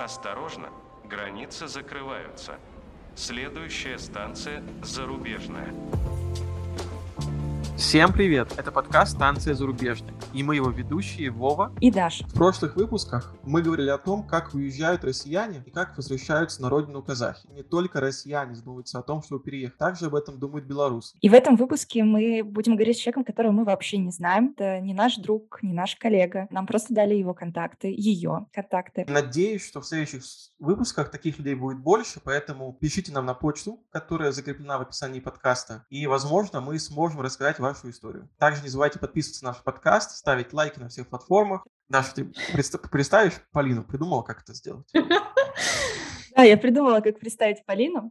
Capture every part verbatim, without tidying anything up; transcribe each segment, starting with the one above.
Осторожно, границы закрываются. Следующая станция зарубежная. Всем привет! Это подкаст «Станция зарубежная», и мы его ведущие Вова и Даша. В прошлых выпусках мы говорили о том, как уезжают россияне и как возвращаются на родину казахи. Не только россияне задумываются о том, чтобы переехать, также об этом думают белорусы. И в этом выпуске мы будем говорить с человеком, которого мы вообще не знаем. Это не наш друг, не наш коллега. Нам просто дали его контакты, ее контакты. Надеюсь, что в следующих выпусках таких людей будет больше, поэтому пишите нам на почту, которая закреплена в описании подкаста, и, возможно, мы сможем рассказать вашу историю. Также не забывайте подписываться на наш подкаст, ставить лайки на всех платформах. Даша, ты представишь Полину? Придумала, как это сделать? Да, я придумала, как представить Полину.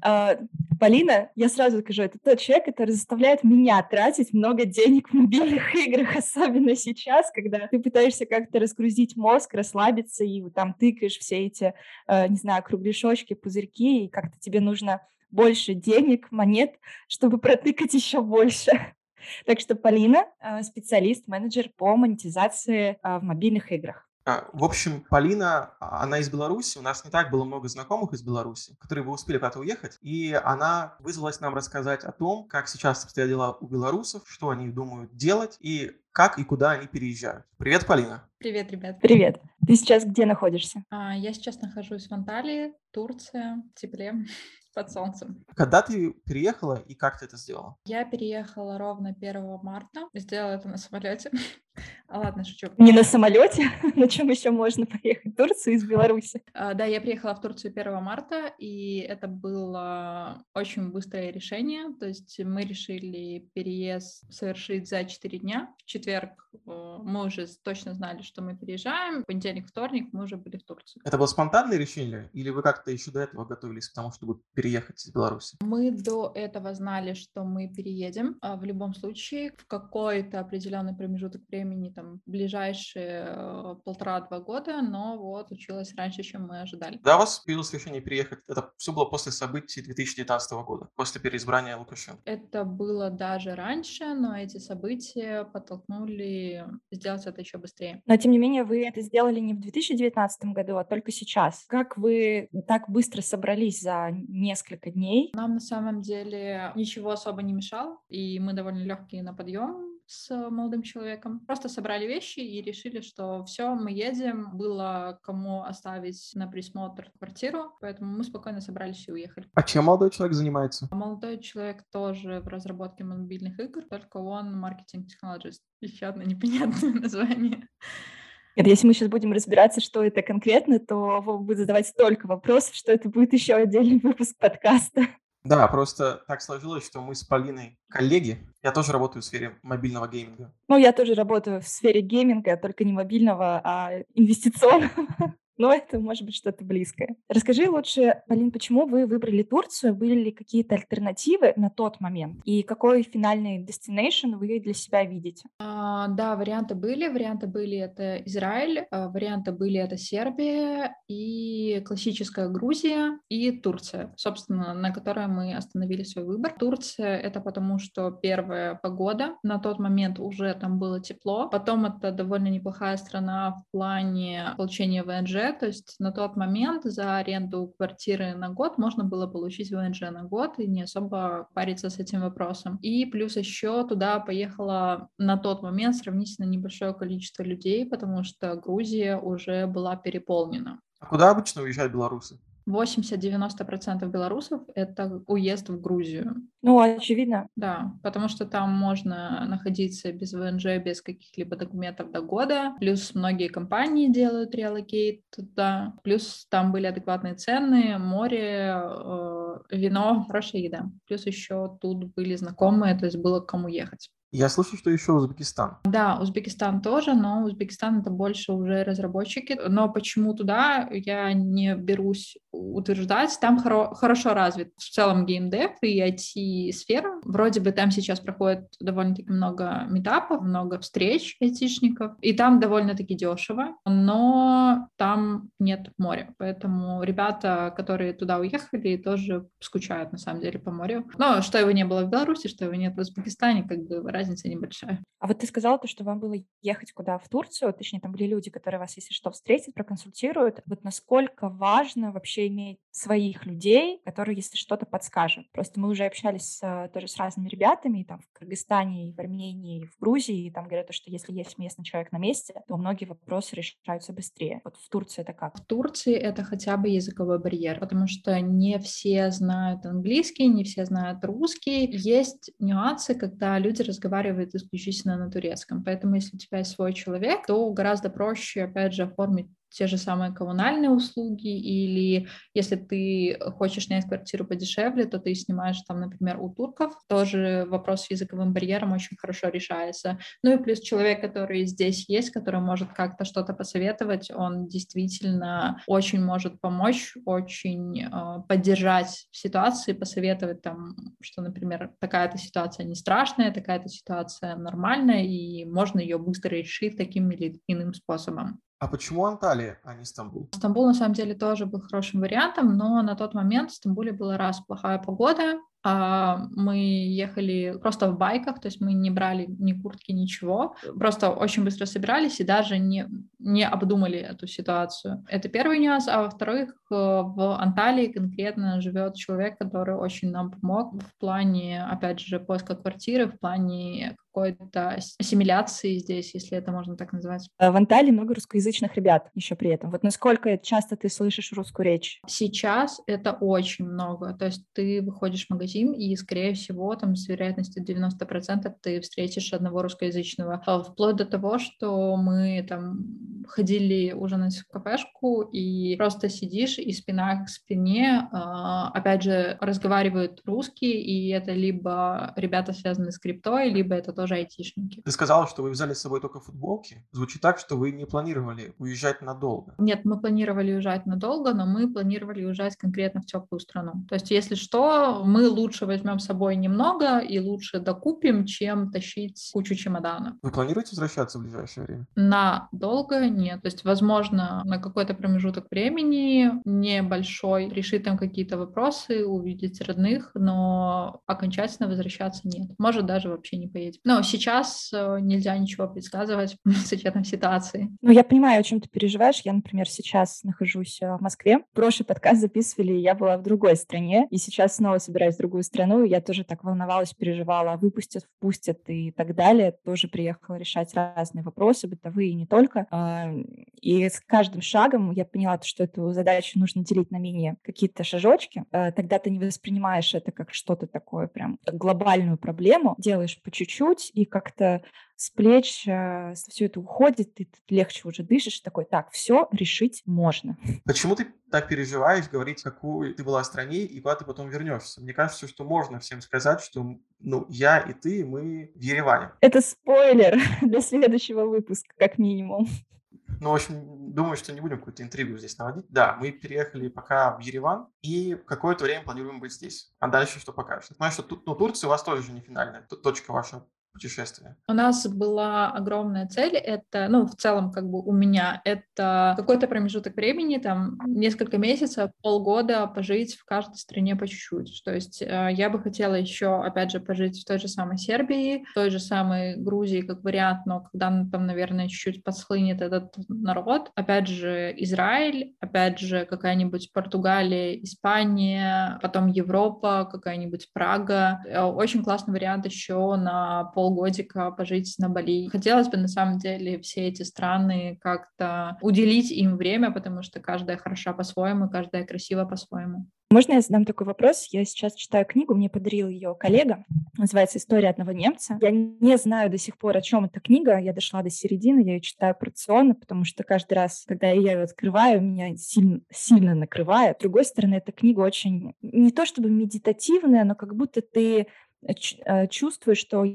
Полина, я сразу скажу, это тот человек, который заставляет меня тратить много денег в мобильных играх, особенно сейчас, когда ты пытаешься как-то разгрузить мозг, расслабиться, и там тыкаешь все эти, не знаю, кругляшочки, пузырьки, и как-то тебе нужно больше денег, монет, чтобы протыкать еще больше. Так что Полина — специалист, менеджер по монетизации в мобильных играх. В общем, Полина, она из Беларуси, у нас не так было много знакомых из Беларуси, которые бы успели куда-то уехать, и она вызвалась нам рассказать о том, как сейчас обстоят дела у белорусов, что они думают делать и как и куда они переезжают. Привет, Полина. Привет, ребят. Привет. Ты сейчас где находишься? А, я сейчас нахожусь в Анталии, Турция, в тепле, под солнцем. Когда ты переехала и как ты это сделала? Я переехала ровно первого марта. Сделала это на самолете. А ладно, шучу. Не на самолете? На чем еще можно поехать? В Турцию из Беларуси? А, да, я приехала в Турцию первого марта, и это было очень быстрое решение. То есть мы решили переезд совершить за четыре дня. В четверг мы уже точно знали, что мы переезжаем. В понедельник, вторник мы уже были в Турции. Это было спонтанное решение, или вы как-то еще до этого готовились к тому, чтобы переехать из Беларуси? Мы до этого знали, что мы переедем. А в любом случае, в какой-то определенный промежуток времени, там, ближайшие э, полтора-два года, но вот случилось раньше, чем мы ожидали. Да, у вас появилось решение переехать. Это все было после событий две тысячи девятнадцатого года, после переизбрания Лукашенко. Это было даже раньше, но эти события подтолкнули сделать это еще быстрее. Но, тем не менее, вы это сделали не в две тысячи девятнадцатом году, а только сейчас. Как вы так быстро собрались за несколько дней? Нам на самом деле ничего особо не мешало, и мы довольно легкие на подъем с молодым человеком. Просто собрали вещи и решили, что все, мы едем. Было кому оставить на присмотр квартиру, поэтому мы спокойно собрались и уехали. А чем молодой человек занимается? Молодой человек тоже в разработке мобильных игр, только он маркетинг-технологист. Еще одно непонятное название. Нет, если мы сейчас будем разбираться, что это конкретно, то Вова будет задавать столько вопросов, что это будет еще отдельный выпуск подкаста. Да, просто так сложилось, что мы с Полиной коллеги. Я тоже работаю в сфере мобильного гейминга. Ну, я тоже работаю в сфере гейминга, только не мобильного, а инвестиционного. Но это может быть что-то близкое. Расскажи лучше, Полин, почему вы выбрали Турцию? Были ли какие-то альтернативы на тот момент? И какой финальный destination вы для себя видите? А, да, варианты были. Варианты были это Израиль, а, варианты были это Сербия и классическая Грузия и Турция, собственно, на которой мы остановили свой выбор. Турция — это потому, что первая погода. На тот момент уже там было тепло. Потом это довольно неплохая страна в плане получения вэ эн жэ. То есть на тот момент за аренду квартиры на год можно было получить вэ эн жэ на год и не особо париться с этим вопросом. И плюс еще туда поехала на тот момент сравнительно небольшое количество людей, потому что Грузия уже была переполнена. А куда обычно уезжают белорусы? восемьдесят-девяносто процентов белорусов — это уезд в Грузию. Ну, очевидно. Да, потому что там можно находиться без вэ эн жэ, без каких-либо документов до года. Плюс многие компании делают релокейт туда. Плюс там были адекватные цены, море, э, вино, хорошая еда. Плюс еще тут были знакомые, то есть было к кому ехать. Я слышу, что еще Узбекистан. Да, Узбекистан тоже, но Узбекистан — это больше уже разработчики. Но почему туда, я не берусь утверждать. Там хоро- хорошо развит в целом геймдев и ай ти-сфера. Вроде бы там сейчас проходит довольно-таки много митапов, много встреч айтишников, и там довольно-таки дешево, но там нет моря. Поэтому ребята, которые туда уехали, тоже скучают на самом деле по морю. Но что его не было в Беларуси, что его нет в Узбекистане, как бы разница небольшая. А вот ты сказала то, что вам было ехать куда? В Турцию? Точнее, там были люди, которые вас, если что, встретят, проконсультируют. Вот насколько важно вообще иметь своих людей, которые, если что-то, подскажут. Просто мы уже общались с, тоже с разными ребятами, и там в Кыргызстане, и в Армении, и в Грузии, и там говорят, то, что если есть местный человек на месте, то многие вопросы решаются быстрее. Вот в Турции это как? В Турции это хотя бы языковой барьер, потому что не все знают английский, не все знают русский. Есть нюансы, когда люди разговаривают исключительно на турецком. Поэтому если у тебя есть свой человек, то гораздо проще, опять же, оформить те же самые коммунальные услуги, или если ты хочешь снять квартиру подешевле, то ты снимаешь там, например, у турков. Тоже вопрос с языковым барьером очень хорошо решается. Ну и плюс человек, который здесь есть, который может как-то что-то посоветовать, он действительно очень может помочь, очень э, поддержать в ситуации, посоветовать там, что, например, такая-то ситуация не страшная, такая-то ситуация нормальная, и можно ее быстро решить таким или иным способом. А почему Анталия, а не Стамбул? Стамбул на самом деле тоже был хорошим вариантом, но на тот момент в Стамбуле была раз плохая погода, а мы ехали просто в байках, то есть мы не брали ни куртки, ничего, просто очень быстро собирались и даже не, не обдумали эту ситуацию. Это первый нюанс, а во-вторых, в Анталии конкретно живет человек, который очень нам помог в плане, опять же, поиска квартиры, в плане какой-то ассимиляции здесь, если это можно так назвать. В Анталии много русскоязычных ребят еще при этом. Вот насколько часто ты слышишь русскую речь? Сейчас это очень много. То есть ты выходишь в магазин, и, скорее всего, там с вероятностью девяносто процентов ты встретишь одного русскоязычного. Вплоть до того, что мы там ходили ужинать в кафешку, и просто сидишь, и спина к спине, опять же, разговаривают русские, и это либо ребята, связанные с криптой, либо это тоже айтишники. Ты сказала, что вы взяли с собой только футболки. Звучит так, что вы не планировали уезжать надолго. Нет, мы планировали уезжать надолго, но мы планировали уезжать конкретно в теплую страну. То есть, если что, мы лучше возьмем с собой немного и лучше докупим, чем тащить кучу чемоданов. Вы планируете возвращаться в ближайшее время? Надолго нет. То есть, возможно, на какой-то промежуток времени небольшой, решить там какие-то вопросы, увидеть родных, но окончательно возвращаться нет. Может, даже вообще не поедем. Но сейчас нельзя ничего предсказывать с учетом ситуации. Ну, я понимаю, о чем ты переживаешь. Я, например, сейчас нахожусь в Москве. Прошлый подкаст записывали, я была в другой стране, и сейчас снова собираюсь в другую страну. Я тоже так волновалась, переживала, выпустят, впустят и так далее. Тоже приехала решать разные вопросы, бытовые и не только. И с каждым шагом я поняла, что эту задачу нужно делить на менее какие-то шажочки. Тогда ты не воспринимаешь это как что-то такое, прям как глобальную проблему. Делаешь по чуть-чуть, и как-то с плеч э, все это уходит, и ты легче уже дышишь, такой, так, все решить можно. Почему ты так переживаешь говорить, какую ты была в стране, и куда ты потом вернешься? Мне кажется, что можно всем сказать, что ну, я и ты, мы в Ереване. Это спойлер для следующего выпуска, как минимум. Ну, в общем, думаю, что не будем какую-то интригу здесь наводить. Да, мы переехали пока в Ереван, и какое-то время планируем быть здесь. А дальше что покажешь? Я понимаю, что тут, ну, Турция у вас тоже же не финальная точка ваша путешествия? У нас была огромная цель, это, ну, в целом, как бы у меня, это какой-то промежуток времени, там, несколько месяцев, полгода пожить в каждой стране по чуть-чуть. То есть я бы хотела еще, опять же, пожить в той же самой Сербии, в той же самой Грузии, как вариант, но когда там, наверное, чуть-чуть подсхлынет этот народ. Опять же, Израиль, опять же, какая-нибудь Португалия, Испания, потом Европа, какая-нибудь Прага. Очень классный вариант еще на полгодика пожить на Бали. Хотелось бы, на самом деле, все эти страны как-то уделить им время, потому что каждая хороша по-своему, каждая красива по-своему. Можно я задам такой вопрос? Я сейчас читаю книгу, мне подарил ее коллега. Называется «История одного немца». Я не знаю до сих пор, о чем эта книга. Я дошла до середины, я ее читаю порционно, потому что каждый раз, когда я ее открываю, меня сильно, сильно накрывает. С другой стороны, эта книга очень не то чтобы медитативная, но как будто ты чувствуешь, что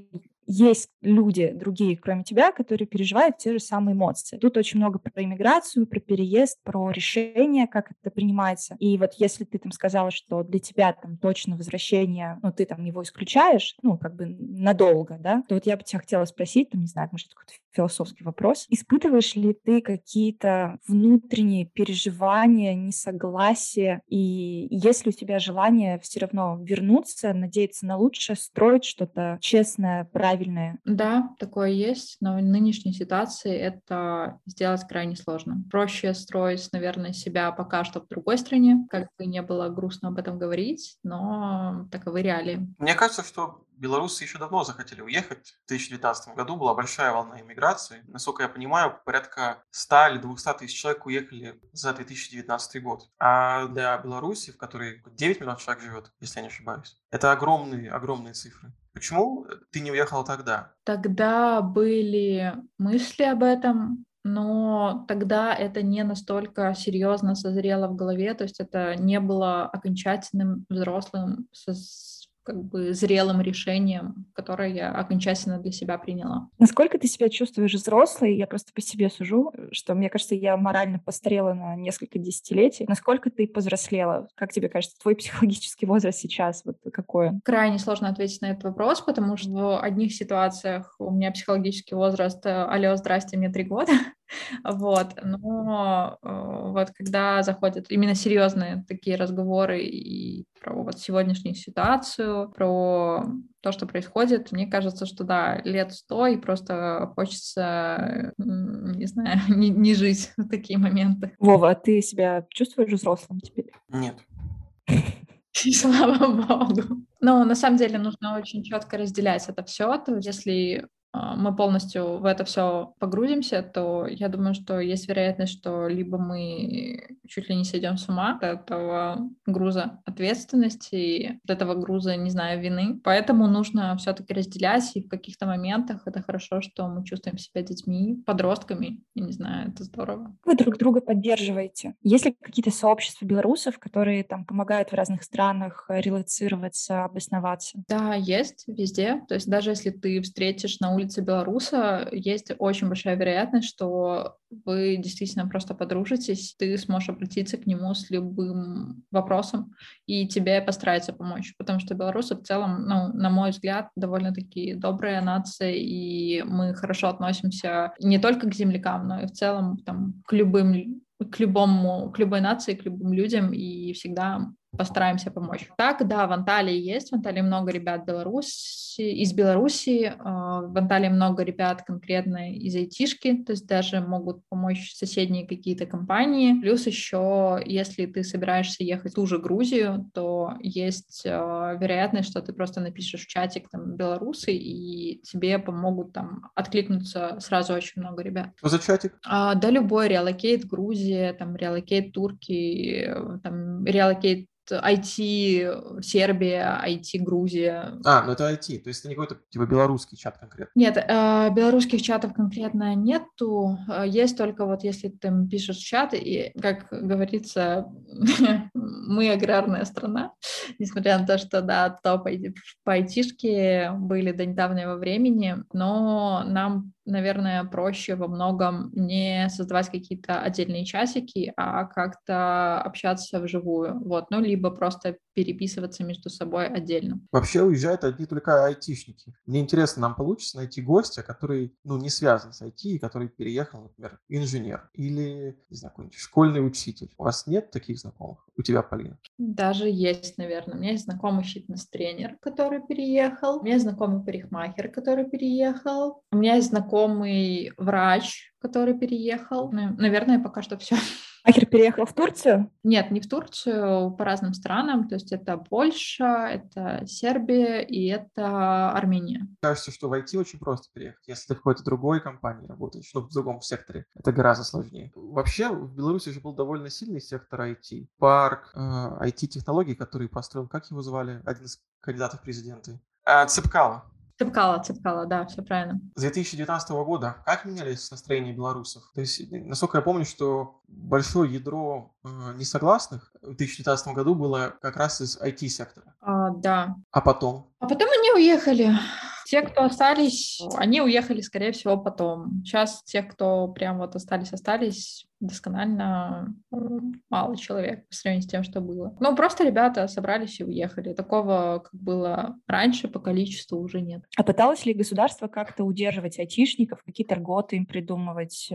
есть люди другие, кроме тебя, которые переживают те же самые эмоции. Тут очень много про иммиграцию, про переезд, про решение, как это принимается. И вот если ты там сказала, что для тебя там точно возвращение, ну, ты там его исключаешь, ну, как бы надолго, да, то вот я бы тебя хотела спросить, там, не знаю, может, какой-то философский вопрос. Испытываешь ли ты какие-то внутренние переживания, несогласия, и есть ли у тебя желание все равно вернуться, надеяться на лучшее, строить что-то честное, правильное? Да, такое есть, но в нынешней ситуации это сделать крайне сложно. Проще строить, наверное, себя пока что в другой стране, как бы не было грустно об этом говорить, но таковы реалии. Мне кажется, что белорусы еще давно захотели уехать. В две тысячи девятнадцатом году была большая волна иммиграции. Насколько я понимаю, порядка ста или двухсот тысяч человек уехали за две тысячи девятнадцатый год. А для Беларуси, в которой девять миллионов человек живет, если я не ошибаюсь, это огромные, огромные цифры. Почему ты не уехала тогда? Тогда были мысли об этом, но тогда это не настолько серьезно созрело в голове, то есть это не было окончательным взрослым со- как бы зрелым решением, которое я окончательно для себя приняла. Насколько ты себя чувствуешь взрослой? Я просто по себе сужу, что, мне кажется, я морально постарела на несколько десятилетий. Насколько ты повзрослела? Как тебе кажется, твой психологический возраст сейчас вот какой он? Крайне сложно ответить на этот вопрос, потому что в одних ситуациях у меня психологический возраст э, «Алло, здрасте, мне три года». Вот, но э, вот когда заходят именно серьезные такие разговоры и про вот сегодняшнюю ситуацию, про то, что происходит, мне кажется, что да, лет сто, и просто хочется, м, не знаю, не, не жить в такие моменты. Вова, а ты себя чувствуешь взрослым теперь? Нет. И слава богу. Но на самом деле нужно очень четко разделять это все. То есть если а, мы полностью в это все погрузимся, то я думаю, что есть вероятность, что либо мы чуть ли не сойдем с ума от этого груза ответственности, от этого груза, не знаю, вины. Поэтому нужно все-таки разделять, и в каких-то моментах это хорошо, что мы чувствуем себя детьми, подростками. Я не знаю, это здорово. Вы друг друга поддерживаете? Есть ли какие-то сообщества белорусов, которые там помогают в разных странах э, релоцироваться, обосноваться? Да, есть везде. То есть даже если ты встретишь на улице белоруса, есть очень большая вероятность, что вы действительно просто подружитесь, ты сможешь обратиться к нему с любым вопросом, и тебе постарается помочь. Потому что белорусы в целом, ну, на мой взгляд, довольно-таки добрая нация, и мы хорошо относимся не только к землякам, но и в целом там, к любым к любому, к любой нации, к любым людям, и всегда постараемся помочь. Так, да, в Анталии есть, в Анталии много ребят Беларуси, из Беларуси, э, в Анталии много ребят конкретно из айтишки, то есть даже могут помочь соседние какие-то компании. Плюс еще, если ты собираешься ехать в ту же Грузию, то есть э, вероятность, что ты просто напишешь в чатик там белорусы, и тебе помогут там откликнуться сразу очень много ребят. Что за чатик? А, да, любой Relocate Грузия, там Relocate Турки, там Relocate ай ти Сербия, ай ти Грузия. А, ну это ай ти, то есть это не какой-то типа белорусский чат конкретно. Нет, э, белорусских чатов конкретно нету. Э, Есть только вот если ты там пишешь чат, и, как говорится, мы аграрная страна, несмотря на то, что, да, топ по айтишке были до недавнего времени, но нам, наверное, проще во многом не создавать какие-то отдельные часики, а как-то общаться вживую. Вот, ну, либо просто переписываться между собой отдельно. Вообще уезжают одни только айтишники. Мне интересно, нам получится найти гостя, который, ну, не связан с ай ти, и который переехал, например, инженер или, не знаю, какой-нибудь школьный учитель. У вас нет таких знакомых? У тебя, Полина? Даже есть, наверное. У меня есть знакомый фитнес-тренер, который переехал. У меня есть знакомый парикмахер, который переехал. У меня есть знакомый врач, который переехал. Ну, наверное, пока что все. Махер переехал в Турцию? Нет, не в Турцию, по разным странам. То есть это Польша, это Сербия и это Армения. Кажется, что в ай ти очень просто переехать. Если ты в какой-то другой компании работаешь, ну, в другом секторе, это гораздо сложнее. Вообще, в Беларуси же был довольно сильный сектор ай ти. Парк э, ай ти-технологий, который построил, как его звали, один из кандидатов в президенты? А, Цепкало. Цепкало, цепкало, да, все правильно. С две тысячи девятнадцатого года как менялись настроения белорусов? То есть, насколько я помню, что большое ядро э, несогласных в две тысячи девятнадцатом году было как раз из ай ти-сектора. А, да. А потом? А потом они уехали. Те, кто остались, они уехали, скорее всего, потом. Сейчас те, кто прям вот остались, остались досконально мало человек по сравнению с тем, что было. Ну, просто ребята собрались и уехали. Такого, как было раньше, по количеству уже нет. А пыталось ли государство как-то удерживать айтишников, какие-то льготы им придумывать?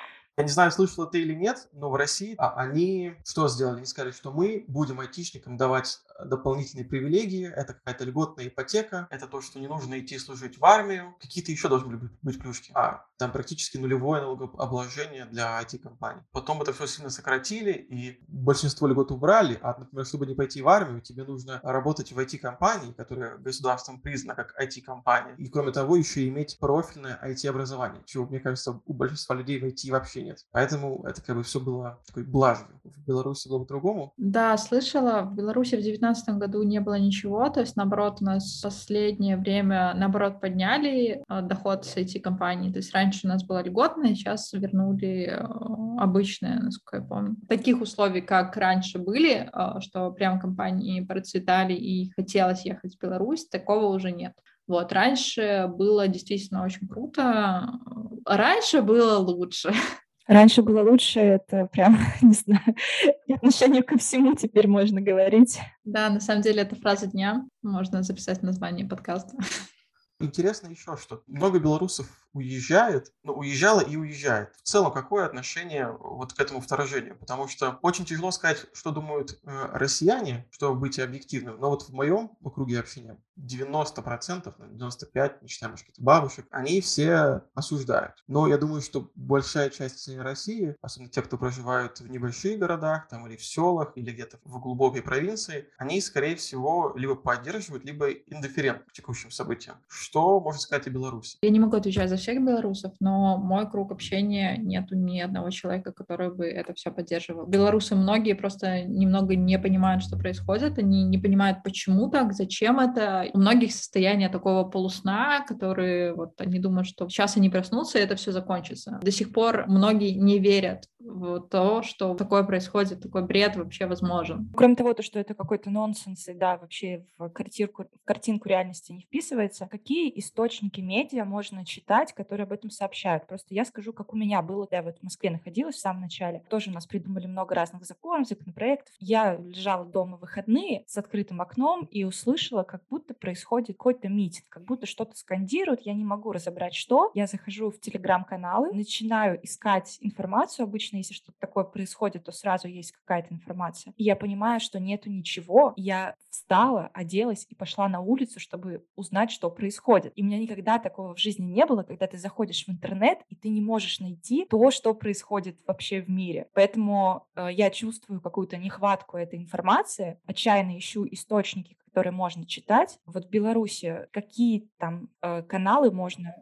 Я не знаю, слышала ты или нет, но в России а, они что сделали? Они сказали, что мы будем айтишникам давать дополнительные привилегии, это какая-то льготная ипотека, это то, что не нужно идти служить в армию, какие-то еще должны быть, быть плюшки. А там практически нулевое налогообложение для ай ти-компаний. Потом это все сильно сократили, и большинство льгот убрали, а, например, чтобы не пойти в армию, тебе нужно работать в ай ти-компании, которая государством признана как ай ти-компания, и кроме того еще иметь профильное ай ти-образование, чего, мне кажется, у большинства людей в ай ти вообще нет. Поэтому это как бы все было такой блажью. В Беларуси было по-другому. Да, слышала, в Беларуси в две тысячи девятнадцатом году не было ничего, то есть, наоборот, у нас в последнее время, наоборот, подняли э, доход с ай ти-компаний, то есть раньше у нас была льготная, сейчас вернули э, обычное, насколько я помню. Таких условий, как раньше были, э, что прям компании процветали и хотелось ехать в Беларусь, такого уже нет. Вот, раньше было действительно очень круто, раньше было лучше. Раньше было лучше, это прям, не знаю, по отношению ко всему теперь можно говорить. Да, на самом деле это фраза дня, можно записать название подкаста. Интересно еще, что много белорусов уезжает, но уезжало и уезжает. В целом, какое отношение вот к этому вторжению? Потому что очень тяжело сказать, что думают э, россияне, чтобы быть объективным. Но вот в моем округе общения девяносто процентов, девяносто пять процентов, не считая, может, каких-то бабушек, они все осуждают. Но я думаю, что большая часть населения России, особенно те, кто проживают в небольших городах, там, или в селах, или где-то в глубокой провинции, они, скорее всего, либо поддерживают, либо индифферентны к текущим событиям. Что можно сказать о Беларуси? Я не могу отвечать за всех белорусов, но мой круг общения нету ни одного человека, который бы это все поддерживал. Белорусы многие просто немного не понимают, что происходит, они не понимают, почему так, зачем это. У многих состояние такого полусна, которые вот они думают, что сейчас они проснутся, и это все закончится. До сих пор многие не верят в то, что такое происходит, такой бред вообще возможен. Кроме того, то, что это какой-то нонсенс, и да, вообще в картинку, в картинку реальности не вписывается, какие источники медиа можно читать, которые об этом сообщают? Просто я скажу, как у меня было, когда я вот в Москве находилась в самом начале. Тоже у нас придумали много разных законов, законопроектов. Я лежала дома в выходные с открытым окном и услышала, как будто происходит какой-то митинг, как будто что-то скандируют. Я не могу разобрать, что. Я захожу в телеграм-каналы, начинаю искать информацию. Обычно, если что-то такое происходит, то сразу есть какая-то информация. И я понимаю, что нету ничего. Я встала, оделась и пошла на улицу, чтобы узнать, что происходит. И у меня никогда такого в жизни не было, когда ты заходишь в интернет, и ты не можешь найти то, что происходит вообще в мире. Поэтому э, я чувствую какую-то нехватку этой информации, отчаянно ищу источники, которые можно читать. Вот в Беларуси какие там э, каналы можно...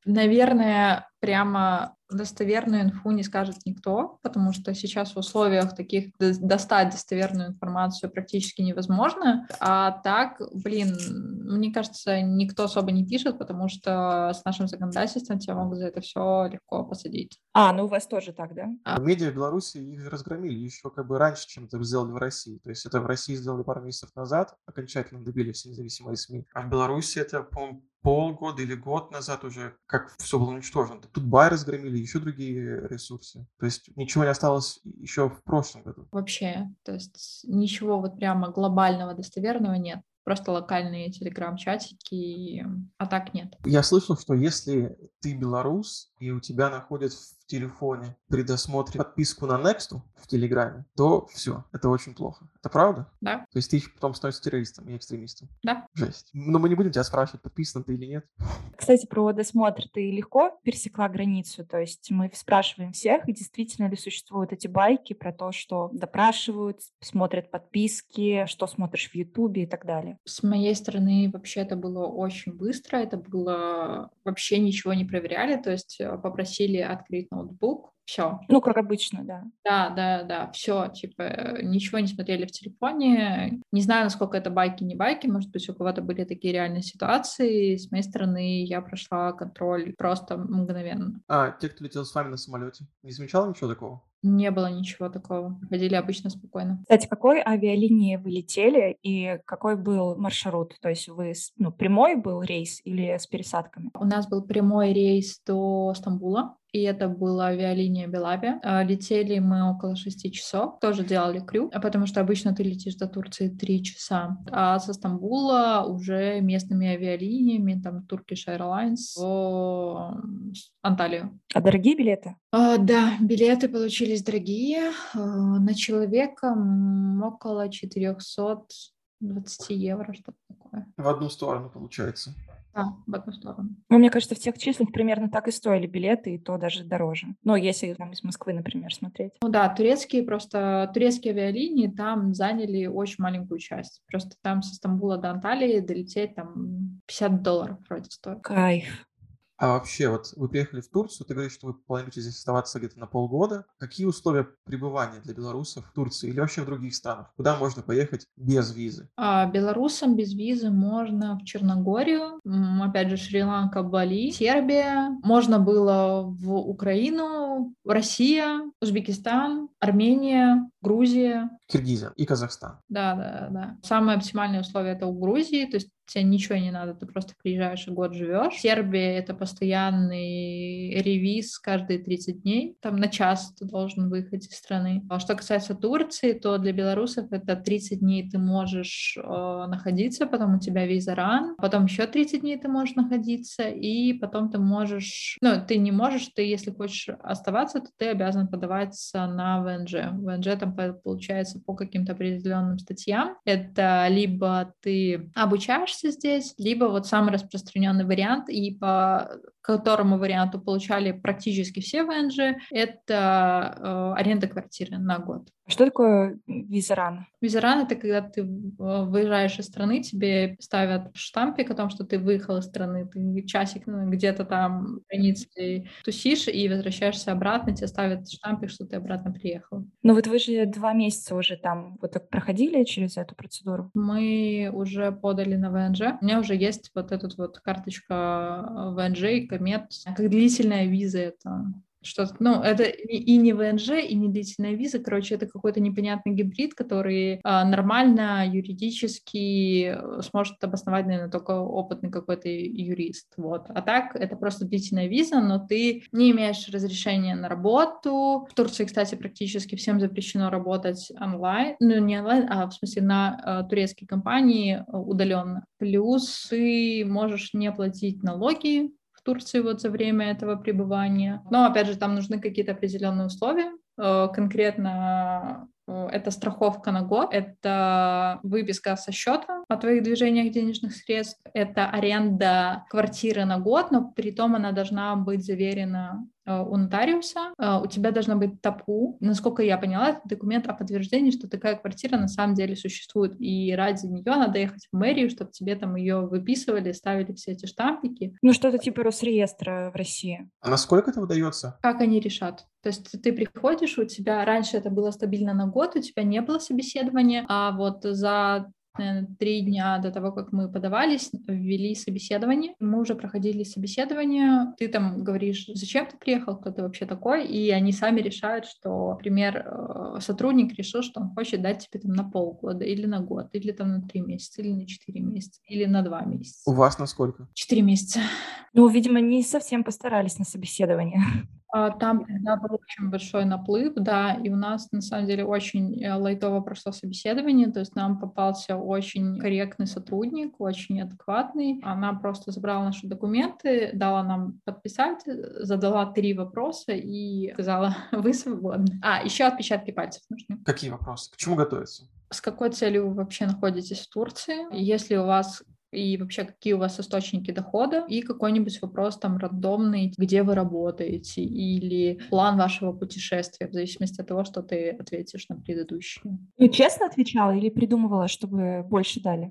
Наверное, прямо достоверную инфу не скажет никто, потому что сейчас в условиях таких достать достоверную информацию практически невозможно. А так, блин, мне кажется, никто особо не пишет, потому что с нашим законодательством тебя могут за это все легко посадить. А, ну у вас тоже так, да? А. Медиа в Беларуси их же разгромили еще как бы раньше, чем это сделали в России. То есть это в России сделали пару месяцев назад, окончательно добили все независимые СМИ. А в Беларуси это, по-моему, полгода или год назад уже как все было уничтожено. Тут Бай разгромили, еще другие ресурсы. То есть ничего не осталось еще в прошлом году. Вообще, то есть ничего вот прямо глобального, достоверного нет. Просто локальные телеграм-чатики, а так нет. Я слышал, что если ты белорус, и у тебя находят в телефоне при досмотре подписку на Next в Телеграме, то все, это очень плохо. Это правда? Да. То есть ты потом становишься террористом и экстремистом? Да. Жесть. Но мы не будем тебя спрашивать, подписан ты или нет. Кстати, про досмотр. Ты легко пересекла границу? То есть мы спрашиваем всех, и действительно ли существуют эти байки про то, что допрашивают, смотрят подписки, что смотришь в Ютубе и так далее? С моей стороны вообще это было очень быстро, это было вообще ничего не проверяли, то есть попросили открыть ноутбук, все. Ну, как обычно, да. Да, да, да, все, типа, ничего не смотрели в телефоне. Не знаю, насколько это байки, не байки, может быть, у кого-то были такие реальные ситуации. С моей стороны я прошла контроль просто мгновенно. А те, кто летел с вами на самолете, не замечал ничего такого? Не было ничего такого. Ходили обычно спокойно. Кстати, какой авиалинии вы летели и какой был маршрут? То есть вы, с- ну, прямой был рейс или с пересадками? У нас был прямой рейс до Стамбула, и это была авиалиния Белавия. А, Летели мы около шести часов, тоже делали крю, а потому что обычно ты летишь до Турции три часа. А со Стамбула уже местными авиалиниями, там Turkish Airlines, в м, Анталию. А дорогие билеты? А, да, билеты получились дорогие. А, на человека м, около четыреста двадцать евро, что-то такое. В одну сторону, получается. Да, в одну сторону. Ну, мне кажется, в тех числах примерно так и стоили билеты, и то даже дороже. Ну, если там из Москвы, например, смотреть. Ну да, турецкие просто, турецкие авиалинии там заняли очень маленькую часть. Просто там со Стамбула до Анталии долететь там пятьдесят долларов вроде стоит. Кайф. А вообще, вот вы приехали в Турцию, ты говоришь, что вы планируете здесь оставаться где-то на полгода. Какие условия пребывания для белорусов в Турции или вообще в других странах? Куда можно поехать без визы? А белорусам без визы можно в Черногорию, м, опять же Шри-Ланка, Бали, Сербия. Можно было в Украину, Россия, Узбекистан, Армения, Грузия. Киргизия и Казахстан. Да, да, да. Самые оптимальные условия это у Грузии, то есть тебе ничего не надо, ты просто приезжаешь и год живешь. Сербия это постоянный ревиз каждые тридцать дней, там на час ты должен выехать из страны. А что касается Турции, то для белорусов это тридцать дней ты можешь э, находиться, потом у тебя виза ран, потом еще тридцать дней ты можешь находиться, и потом ты можешь, ну, ты не можешь, ты если хочешь оставаться, то ты обязан подаваться на ВНЖ. ВНЖ там по- получается по каким-то определенным статьям. Это либо ты обучаешься здесь, либо вот самый распространенный вариант, и по которому варианту получали практически все ВНЖ, это э, аренда квартиры на год. Что такое визаран? Визаран — это когда ты э, выезжаешь из страны, тебе ставят штампик о том, что ты выехал из страны, ты часик ну, где-то там в границе тусишь и возвращаешься обратно, тебе ставят штампик, что ты обратно приехал. Ну вот вы же два месяца уже там вот так проходили через эту процедуру. Мы уже подали на ВНЖ. У меня уже есть вот эта вот карточка ВНЖ и комет. Как длительная виза это. Что-то, ну, это и и не ВНЖ, и не длительная виза. Короче, это какой-то непонятный гибрид, который а, нормально юридически э, сможет обосновать, наверное, только опытный какой-то юрист. Вот. А так, это просто длительная виза, но ты не имеешь разрешения на работу. В Турции, кстати, практически всем запрещено работать онлайн. Ну, не онлайн, а в смысле на э, турецкие компании э, удаленно. Плюс ты можешь не платить налоги в Турции вот за время этого пребывания. Но, опять же, там нужны какие-то определенные условия. Э, Конкретно э, это страховка на год, это выписка со счета о твоих движениях денежных средств, это аренда квартиры на год, но при том она должна быть заверена э, у нотариуса. Э, У тебя должна быть ТАПУ. Насколько я поняла, это документ о подтверждении, что такая квартира на самом деле существует. И ради нее надо ехать в мэрию, чтобы тебе там ее выписывали, ставили все эти штампики. Ну что-то типа Росреестра в России. А насколько это удается? Как они решат? То есть ты приходишь, у тебя раньше это было стабильно на год, у тебя не было собеседования, а вот за наверное, три дня до того, как мы подавались, ввели собеседование. Мы уже проходили собеседование. Ты там говоришь, зачем ты приехал, кто ты вообще такой, и они сами решают, что, например, сотрудник решил, что он хочет дать тебе там на полгода или на год, или там на три месяца, или на четыре месяца, или на два месяца. У вас на сколько? Четыре месяца. Ну, видимо, не совсем постарались на собеседование. А, Там тогда был очень большой наплыв, да, и у нас на самом деле очень э, лайтово прошло собеседование, то есть нам попался очень корректный сотрудник, очень адекватный. Она просто забрала наши документы, дала нам подписать, э, задала три вопроса и сказала, вы свободны. А, еще отпечатки пальцев нужны. Какие вопросы? К чему готовиться? С какой целью вы вообще находитесь в Турции? Если у вас и вообще какие у вас источники дохода, и какой-нибудь вопрос там рандомный, где вы работаете, или план вашего путешествия, в зависимости от того, что ты ответишь на предыдущие. Ну, честно отвечала или придумывала, чтобы больше дали?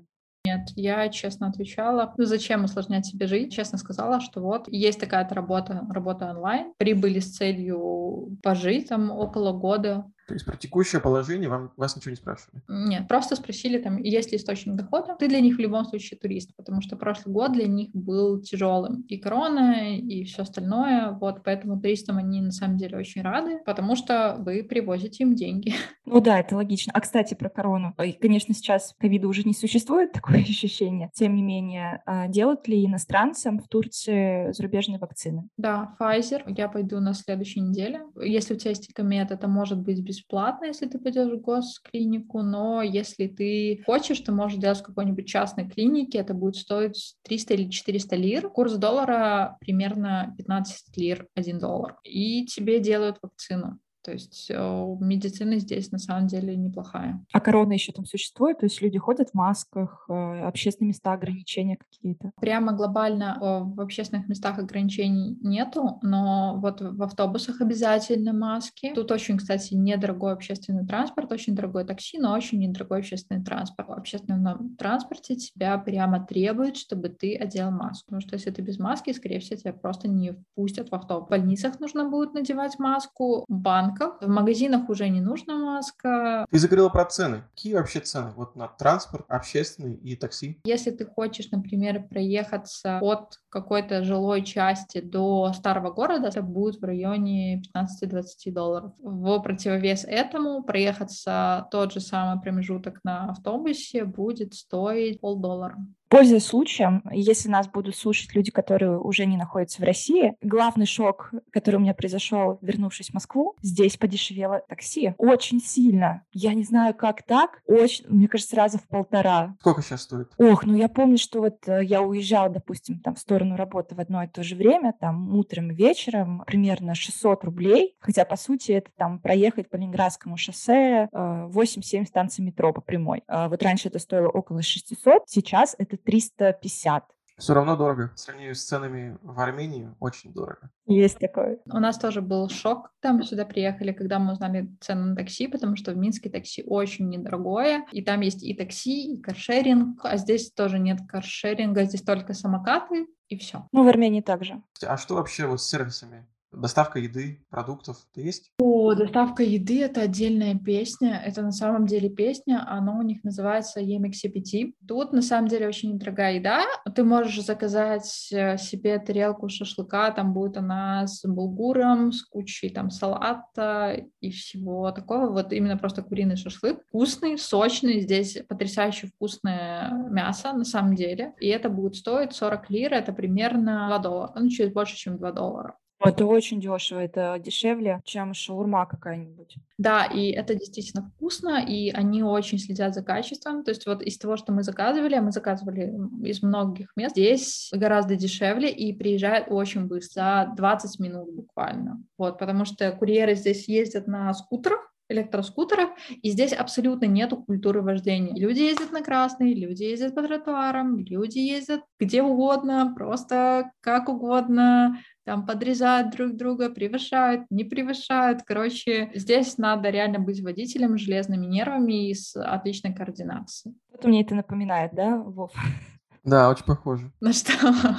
Нет, я честно отвечала, ну зачем усложнять себе жизнь? Честно сказала, что вот есть такая-то работа, работа онлайн, прибыли с целью пожить там около года. То есть про текущее положение вам, вас ничего не спрашивали? Нет, просто спросили, там, есть ли источник дохода. Ты для них в любом случае турист, потому что прошлый год для них был тяжелым. И корона, и все остальное. Вот, поэтому туристам они на самом деле очень рады, потому что вы привозите им деньги. Ну да, это логично. А, кстати, про корону. И, конечно, сейчас ковида уже не существует, такое ощущение. Тем не менее, а делают ли иностранцам в Турции зарубежные вакцины? Да, Pfizer. Я пойду на следующей неделе. Если у тебя есть икомед, это может быть бесплатно, если ты пойдешь в госклинику, но если ты хочешь, ты можешь делать в какой-нибудь частной клинике, это будет стоить триста или четыреста лир. Курс доллара примерно пятнадцать лир, один доллар. И тебе делают вакцину. То есть э, медицина здесь на самом деле неплохая. А корона еще там существует? То есть люди ходят в масках, э, общественные места, ограничения какие-то? Прямо глобально э, в общественных местах ограничений нету, но вот в автобусах обязательно маски. Тут очень, кстати, недорогой общественный транспорт, очень дорогой такси, но очень недорогой общественный транспорт. В общественном транспорте тебя прямо требуют, чтобы ты одел маску. Потому что если ты без маски, скорее всего, тебя просто не впустят в автобус. В больницах нужно будет надевать маску, в банках. В магазинах уже не нужна маска. Ты заговорила про цены. Какие вообще цены вот на транспорт, общественный и такси? Если ты хочешь, например, проехаться от какой-то жилой части до старого города, это будет в районе пятнадцать-двадцать долларов. В противовес этому проехаться тот же самый промежуток на автобусе будет стоить полдоллара. Пользуясь случаем, если нас будут слушать люди, которые уже не находятся в России, главный шок, который у меня произошел, вернувшись в Москву, здесь подешевело такси. Очень сильно. Я не знаю, как так. Очень, мне кажется, раза в полтора. Сколько сейчас стоит? Ох, ну я помню, что вот э, я уезжала, допустим, там в сторону работы в одно и то же время, там утром и вечером, примерно шестьсот рублей, хотя, по сути, это там проехать по Ленинградскому шоссе э, восемь-семь станций метро по прямой. Э, вот раньше это стоило около шестисот, сейчас это триста пятьдесят. Все равно дорого. В сравнении с ценами в Армении очень дорого. Есть такое. У нас тоже был шок, когда мы сюда приехали, когда мы узнали цены на такси, потому что в Минске такси очень недорогое, и там есть и такси, и каршеринг, а здесь тоже нет каршеринга, здесь только самокаты, и все. Ну, в Армении также. А что вообще вот с сервисами? Доставка еды, продуктов, это есть? О, доставка еды — это отдельная песня. Это на самом деле песня, она у них называется Yemek Sepeti. Тут на самом деле очень недорогая еда. Ты можешь заказать себе тарелку шашлыка, там будет она с булгуром, с кучей там салата и всего такого. Вот именно просто куриный шашлык. Вкусный, сочный. Здесь потрясающе вкусное мясо на самом деле. И это будет стоить сорок лир, это примерно два доллара. Ну, чуть больше, чем два доллара. Это очень дешево, это дешевле, чем шаурма какая-нибудь. Да, и это действительно вкусно, и они очень следят за качеством. То есть вот из того, что мы заказывали, мы заказывали из многих мест, здесь гораздо дешевле и приезжает очень быстро, за двадцать минут буквально. Вот, потому что курьеры здесь ездят на скутерах, электроскутерах, и здесь абсолютно нету культуры вождения. Люди ездят на красный, люди ездят по тротуарам, люди ездят где угодно, просто как угодно, там подрезают друг друга, превышают, не превышают. Короче, здесь надо реально быть водителем с железными нервами и с отличной координацией. Вот мне это напоминает, да, Вов? Да, очень похоже. На что?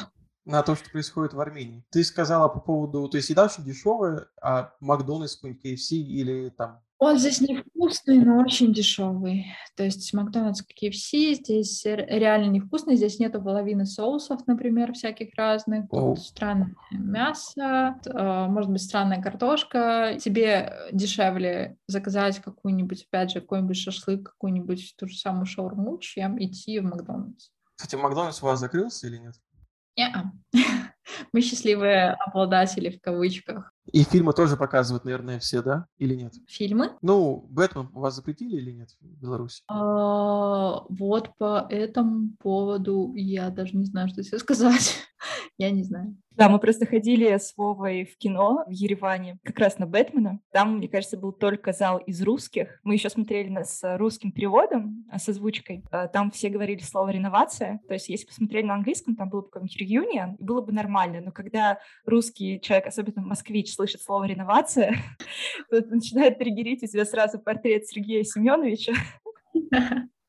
На то, что происходит в Армении. Ты сказала по поводу... То есть еда очень дешевая, а Макдональдс, какой-нибудь кей эф си или там... Он здесь невкусный, но очень дешевый. То есть Макдональдс, кей эф си здесь реально невкусный. Здесь нету половины соусов, например, всяких разных. Оу. Тут странное мясо, может быть, странная картошка. Тебе дешевле заказать какую-нибудь, опять же, какой-нибудь шашлык, какую-нибудь ту же самую шаурму, чем идти в Макдональдс. Кстати, Макдональдс у вас закрылся или нет? Не-а. Мы счастливые обладатели в кавычках. И фильмы тоже показывают, наверное, все, да? Или нет? Фильмы? Ну, Бэтмен у вас запретили или нет в Беларуси? А, вот по этому поводу я даже не знаю, что тебе сказать. Я не знаю. Да, мы просто ходили с Вовой в кино в Ереване, как раз на Бэтмена. Там, мне кажется, был только зал из русских. Мы еще смотрели на, с русским переводом, с озвучкой. Там все говорили слово «реновация». То есть если посмотреть на английском, там был бы какой-нибудь «reunion», и было бы нормально. Но когда русский человек, особенно москвич, слышит слово «реновация», то это начинает триггерить у тебя сразу портрет Сергея Семеновича.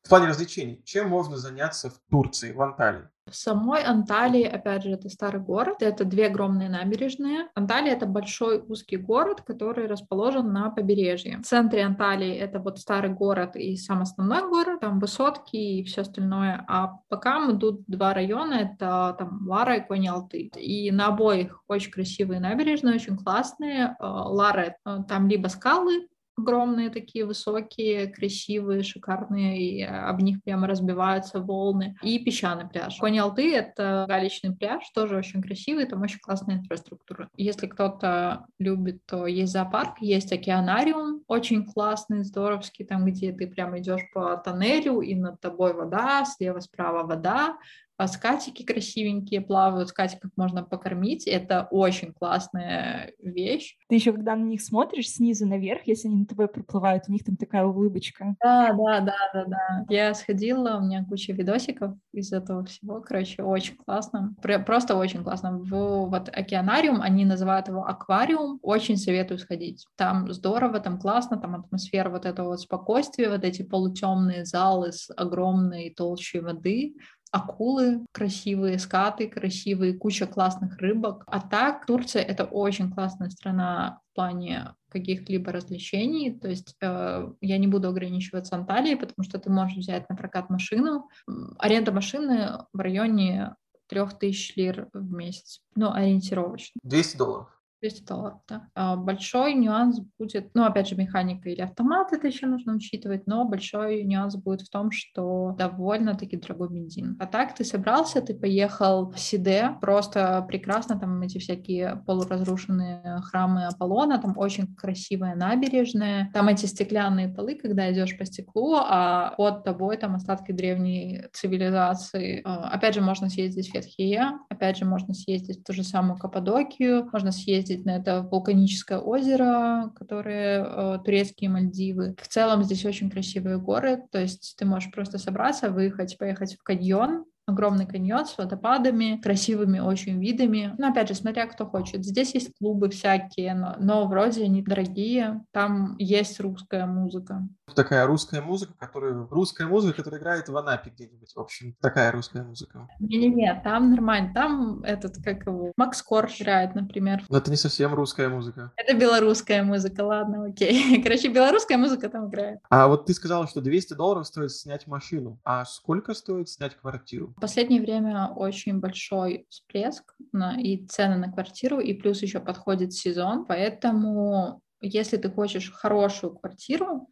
В плане развлечений, чем можно заняться в Турции, в Анталии? В самой Анталии, опять же, это старый город, это две огромные набережные. Анталия — это большой узкий город, который расположен на побережье. В центре Анталии это вот старый город и сам основной город, там высотки и все остальное. А по бокам идут два района, это там Лара и Коньялты. И на обоих очень красивые набережные, очень классные. Лара — там либо скалы, огромные такие, высокие, красивые, шикарные, и об них прямо разбиваются волны. И песчаный пляж. Коньялты — это галечный пляж, тоже очень красивый, там очень классная инфраструктура. Если кто-то любит, то есть зоопарк, есть океанариум, очень классный, здоровский, там, где ты прямо идешь по тоннелю, и над тобой вода, слева-справа вода, а скатики красивенькие плавают, скатиков можно покормить. Это очень классная вещь. Ты еще когда на них смотришь снизу наверх, если они на тобой проплывают, у них там такая улыбочка. Да, да, да, да, да. Я сходила, у меня куча видосиков из этого всего. Короче, очень классно. Просто очень классно. В вот океанариум, они называют его аквариум. Очень советую сходить. Там здорово, там классно, там атмосфера вот этого вот спокойствия, вот эти полутемные залы с огромной толщей воды. Акулы красивые, скаты красивые, куча классных рыбок. А так, Турция — это очень классная страна в плане каких-либо развлечений. То есть э, я не буду ограничиваться Анталией, потому что ты можешь взять на прокат машину. Аренда машины в районе трех тысяч лир в месяц. Ну, ориентировочно. двести долларов. двести долларов, да. А большой нюанс будет, ну, опять же, механика или автомат, это еще нужно учитывать, но большой нюанс будет в том, что довольно-таки дорогой бензин. А так ты собрался, ты поехал в Сиде, просто прекрасно, там эти всякие полуразрушенные храмы Аполлона, там очень красивая набережная, там эти стеклянные полы, когда идешь по стеклу, а под тобой там остатки древней цивилизации. Опять же, можно съездить в Фетхия, опять же, можно съездить в ту же самую Каппадокию, можно съездить на это вулканическое озеро, которое э, турецкие Мальдивы. В целом здесь очень красивые горы, то есть ты можешь просто собраться, выехать, поехать в каньон, огромный каньон с водопадами, красивыми очень видами. Но опять же, смотря кто хочет. Здесь есть клубы всякие, но, но вроде они дорогие. Там есть русская музыка. Такая русская музыка, которая... Русская музыка, которая играет в Анапе где-нибудь. В общем, такая русская музыка. Не-не-не, там нормально. Там этот, как его, Макс Корж играет, например. Но это не совсем русская музыка. Это белорусская музыка, ладно, окей. Короче, белорусская музыка там играет. А вот ты сказала, что двести долларов стоит снять машину. А сколько стоит снять квартиру? В последнее время очень большой всплеск на, и цены на квартиру, и плюс еще подходит сезон, поэтому если ты хочешь хорошую квартиру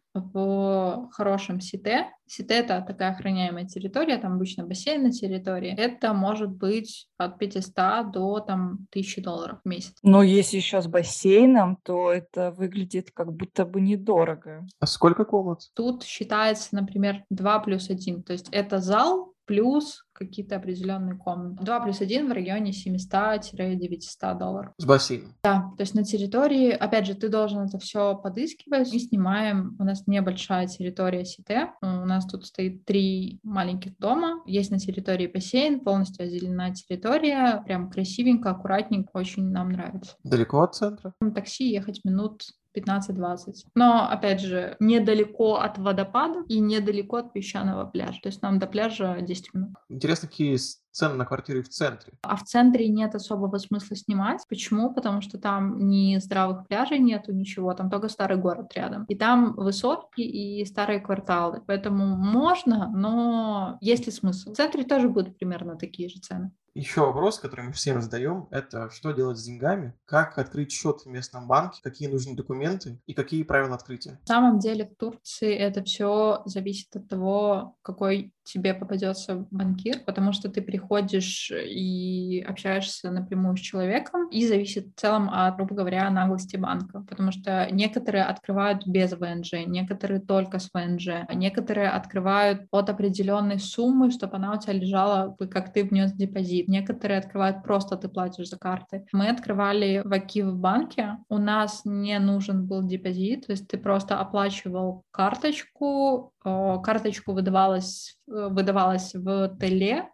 в хорошем Сите, Сите — это такая охраняемая территория, там обычно бассейн на территории, это может быть от пятисот до там тысячи долларов в месяц. Но если еще с бассейном, то это выглядит как будто бы недорого. А сколько комнат? Тут считается, например, два плюс один, то есть это зал плюс какие-то определенные комнаты. два плюс один в районе семьсот-девятьсот долларов. С бассейном? Да, то есть на территории, опять же, ты должен это все подыскивать. Мы снимаем, у нас небольшая территория Сите, у нас тут стоит три маленьких дома, есть на территории бассейн, полностью озеленена территория, прям красивенько, аккуратненько, очень нам нравится. Далеко от центра? На такси ехать минут пятнадцать-двадцать. Но, опять же, недалеко от водопада и недалеко от песчаного пляжа. То есть нам до пляжа десять минут. Интересно, какие цены на квартиры в центре? А в центре нет особого смысла снимать. Почему? Потому что там ни здравых пляжей нету, ничего. Там только старый город рядом. И там высотки и старые кварталы. Поэтому можно, но есть ли смысл? В центре тоже будут примерно такие же цены. Еще вопрос, который мы всем задаем, это что делать с деньгами, как открыть счет в местном банке, какие нужны документы и какие правила открытия. На самом деле в Турции это все зависит от того, какой тебе попадется банкир, потому что ты приходишь и общаешься напрямую с человеком, и зависит в целом от, грубо говоря, наглости банка, потому что некоторые открывают без ВНЖ, некоторые только с ВНЖ, а некоторые открывают от определенной суммы, чтобы она у тебя лежала, как ты внес депозит. Некоторые открывают просто, ты платишь за карты. Мы открывали в Акив банке, у нас не нужен был депозит, то есть ты просто оплачивал карточку, карточку выдавалась, выдавалась в теле,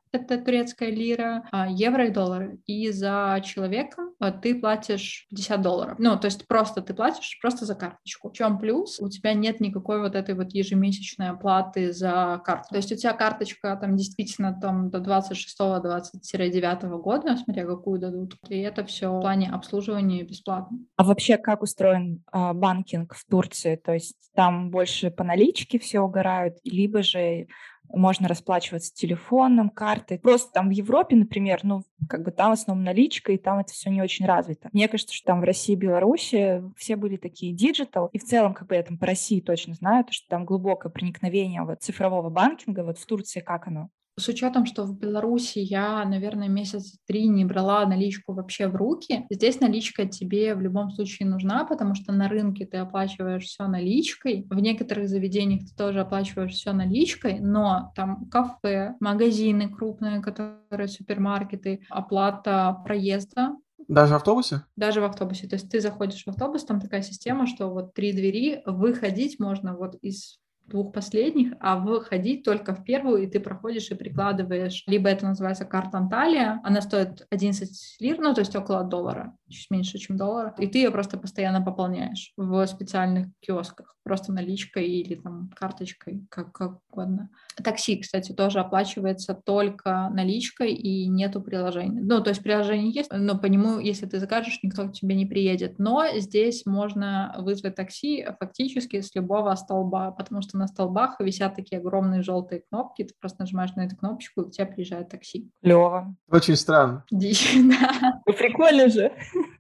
это турецкая лира, а, евро и доллары. И за человека а, ты платишь пятьдесят долларов. Ну, то есть просто ты платишь просто за карточку. В чем плюс? У тебя нет никакой вот этой вот ежемесячной оплаты за карту. То есть у тебя карточка там действительно там до двадцать шестого двадцать девятого года, смотря какую дадут. И это все в плане обслуживания бесплатно. А вообще как устроен а, банкинг в Турции? То есть там больше по наличке все угорают, либо же можно расплачиваться телефоном, картой. Просто там в Европе, например, ну, как бы там в основном наличка, и там это все не очень развито. Мне кажется, что там в России и Беларуси все были такие диджитал, и в целом, как бы я там по России точно знаю, то, что там глубокое проникновение вот цифрового банкинга. Вот в Турции как оно? С учетом, что в Беларуси я, наверное, месяца три не брала наличку вообще в руки, здесь наличка тебе в любом случае нужна, потому что на рынке ты оплачиваешь все наличкой, в некоторых заведениях ты тоже оплачиваешь все наличкой, но там кафе, магазины крупные, которые супермаркеты, оплата проезда, Даже в автобусе? даже в автобусе. То есть ты заходишь в автобус, там такая система, что вот три двери, выходить можно вот из двух последних, а выходить только в первую, и ты проходишь и прикладываешь. Либо это называется карта Анталия, она стоит одиннадцать лир, ну, то есть около доллара, чуть меньше, чем доллар, и ты ее просто постоянно пополняешь в специальных киосках, просто наличкой или там карточкой, как, как угодно. Такси, кстати, тоже оплачивается только наличкой и нету приложения. Ну, то есть приложение есть, но по нему, если ты закажешь, никто к тебе не приедет. Но здесь можно вызвать такси фактически с любого столба, потому что на столбах висят такие огромные желтые кнопки, ты просто нажимаешь на эту кнопочку, и к тебе приезжает такси. Клево. Очень странно. Дичь, да. Ну, прикольно же.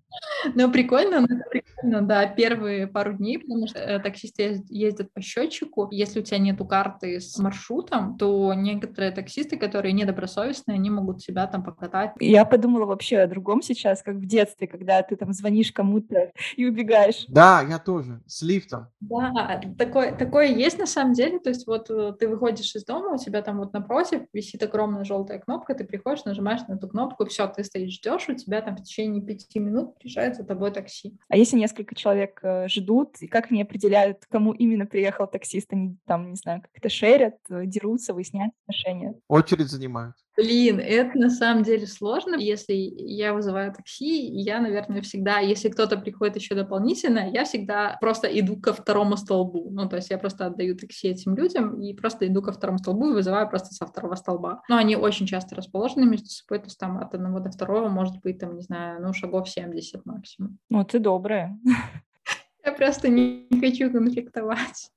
Ну, прикольно, ну, это прикольно, да, первые пару дней, потому что э, таксисты ездят по счетчику. Если у тебя нету карты с маршрутом, то некоторые таксисты, которые недобросовестные, они могут себя там покатать. Я подумала вообще о другом сейчас, как в детстве, когда ты там звонишь кому-то и убегаешь. Да, я тоже. С лифтом. Да, такое, такое есть на самом деле. То есть вот э, ты выходишь из дома, у тебя там вот напротив висит огромная желтая кнопка, ты приходишь, нажимаешь на эту кнопку, все, ты стоишь, ждешь, у тебя там в течение пяти минут приезжает за тобой такси. А если несколько человек э, ждут, и как они определяют, кому именно приехал таксист? Они там, не знаю, как-то шерят, э, дерутся, выясняют отношения. Очередь занимают. Блин, это на самом деле сложно. Если я вызываю такси, я, наверное, всегда, если кто-то приходит еще дополнительно, я всегда просто иду ко второму столбу. Ну, то есть я просто отдаю такси этим людям и просто иду ко второму столбу и вызываю просто со второго столба. Но они очень часто расположены между собой, то есть там от одного до второго может быть, там, не знаю, ну, шагов семьдесят максимум. Ну, ты добрая. Я просто не хочу конфликтовать.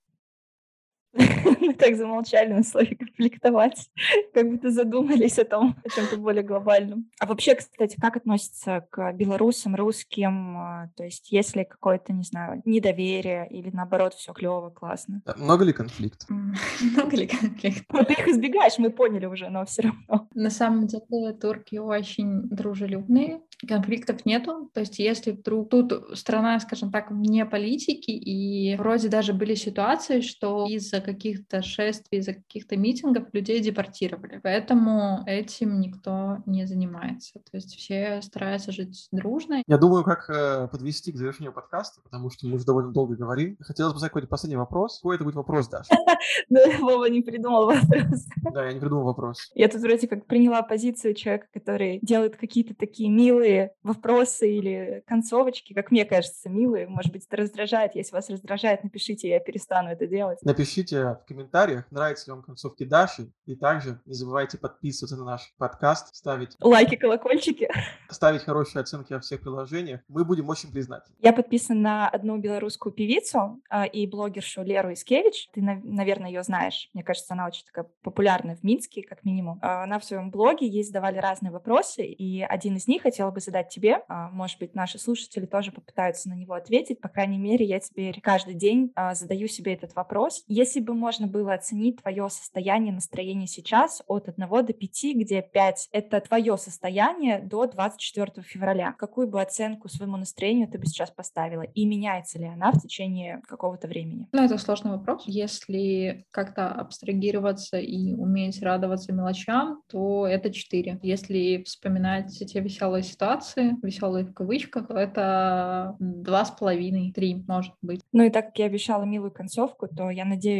Мы так замолчали на слове конфликтовать, как будто задумались о том, о чем-то более глобальном. А вообще, кстати, как относится к белорусам, русским? То есть есть ли какое-то, не знаю, недоверие или наоборот все клево, классно? Да, много ли конфликтов? Много ли конфликтов? Ну, ты их избегаешь, мы поняли уже, но все равно. На самом деле турки очень дружелюбные, конфликтов нету. То есть если вдруг тут страна, скажем так, вне политики, и вроде даже были ситуации, что из-за каких-то шествий, из-за каких-то митингов людей депортировали. Поэтому этим никто не занимается. То есть все стараются жить дружно. Я думаю, как э, подвести к завершению подкаста, потому что мы уже довольно долго говорим. Хотелось бы задать какой-то последний вопрос. Какой это будет вопрос, Даша? Да, Вова не придумал вопрос. Да, я не придумал вопрос. Я тут вроде как приняла позицию человека, который делает какие-то такие милые вопросы или концовочки, как мне кажется, милые. Может быть, это раздражает. Если вас раздражает, напишите, я перестану это делать. Напишите в комментариях, нравятся ли вам концовки Даши. И также не забывайте подписываться на наш подкаст, ставить Лайки, колокольчики. ставить хорошие оценки во всех приложениях. Мы будем очень признательны. Я подписана на одну белорусскую певицу э, и блогершу Леру Искевич. Ты, на- наверное, ее знаешь. Мне кажется, она очень такая популярная в Минске, как минимум. Э, Она в своем блоге, ей задавали разные вопросы, и один из них хотела бы задать тебе. Э, Может быть, наши слушатели тоже попытаются на него ответить. По крайней мере, я теперь каждый день э, задаю себе этот вопрос. Если бы можно было оценить твое состояние, настроение сейчас от одного до пяти, где пять — это твое состояние до двадцать четвёртого февраля, какую бы оценку своему настроению ты бы сейчас поставила? И меняется ли она в течение какого-то времени? Ну, это сложный вопрос. Если как-то абстрагироваться и уметь радоваться мелочам, то это четыре. Если вспоминать те веселые ситуации, веселые в кавычках, то это два с половиной, три, может быть. Ну и так как я обещала милую концовку, то я надеюсь,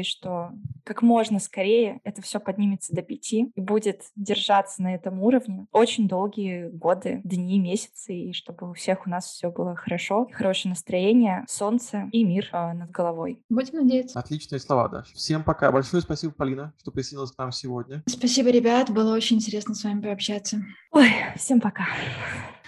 что как можно скорее это все поднимется до пяти и будет держаться на этом уровне очень долгие годы, дни, месяцы, и чтобы у всех у нас все было хорошо, хорошее настроение, солнце и мир э, над головой. Будем надеяться. Отличные слова, Даша. Всем пока. Большое спасибо, Полина, что присоединилась к нам сегодня. Спасибо, ребят. Было очень интересно с вами пообщаться. Ой, всем пока.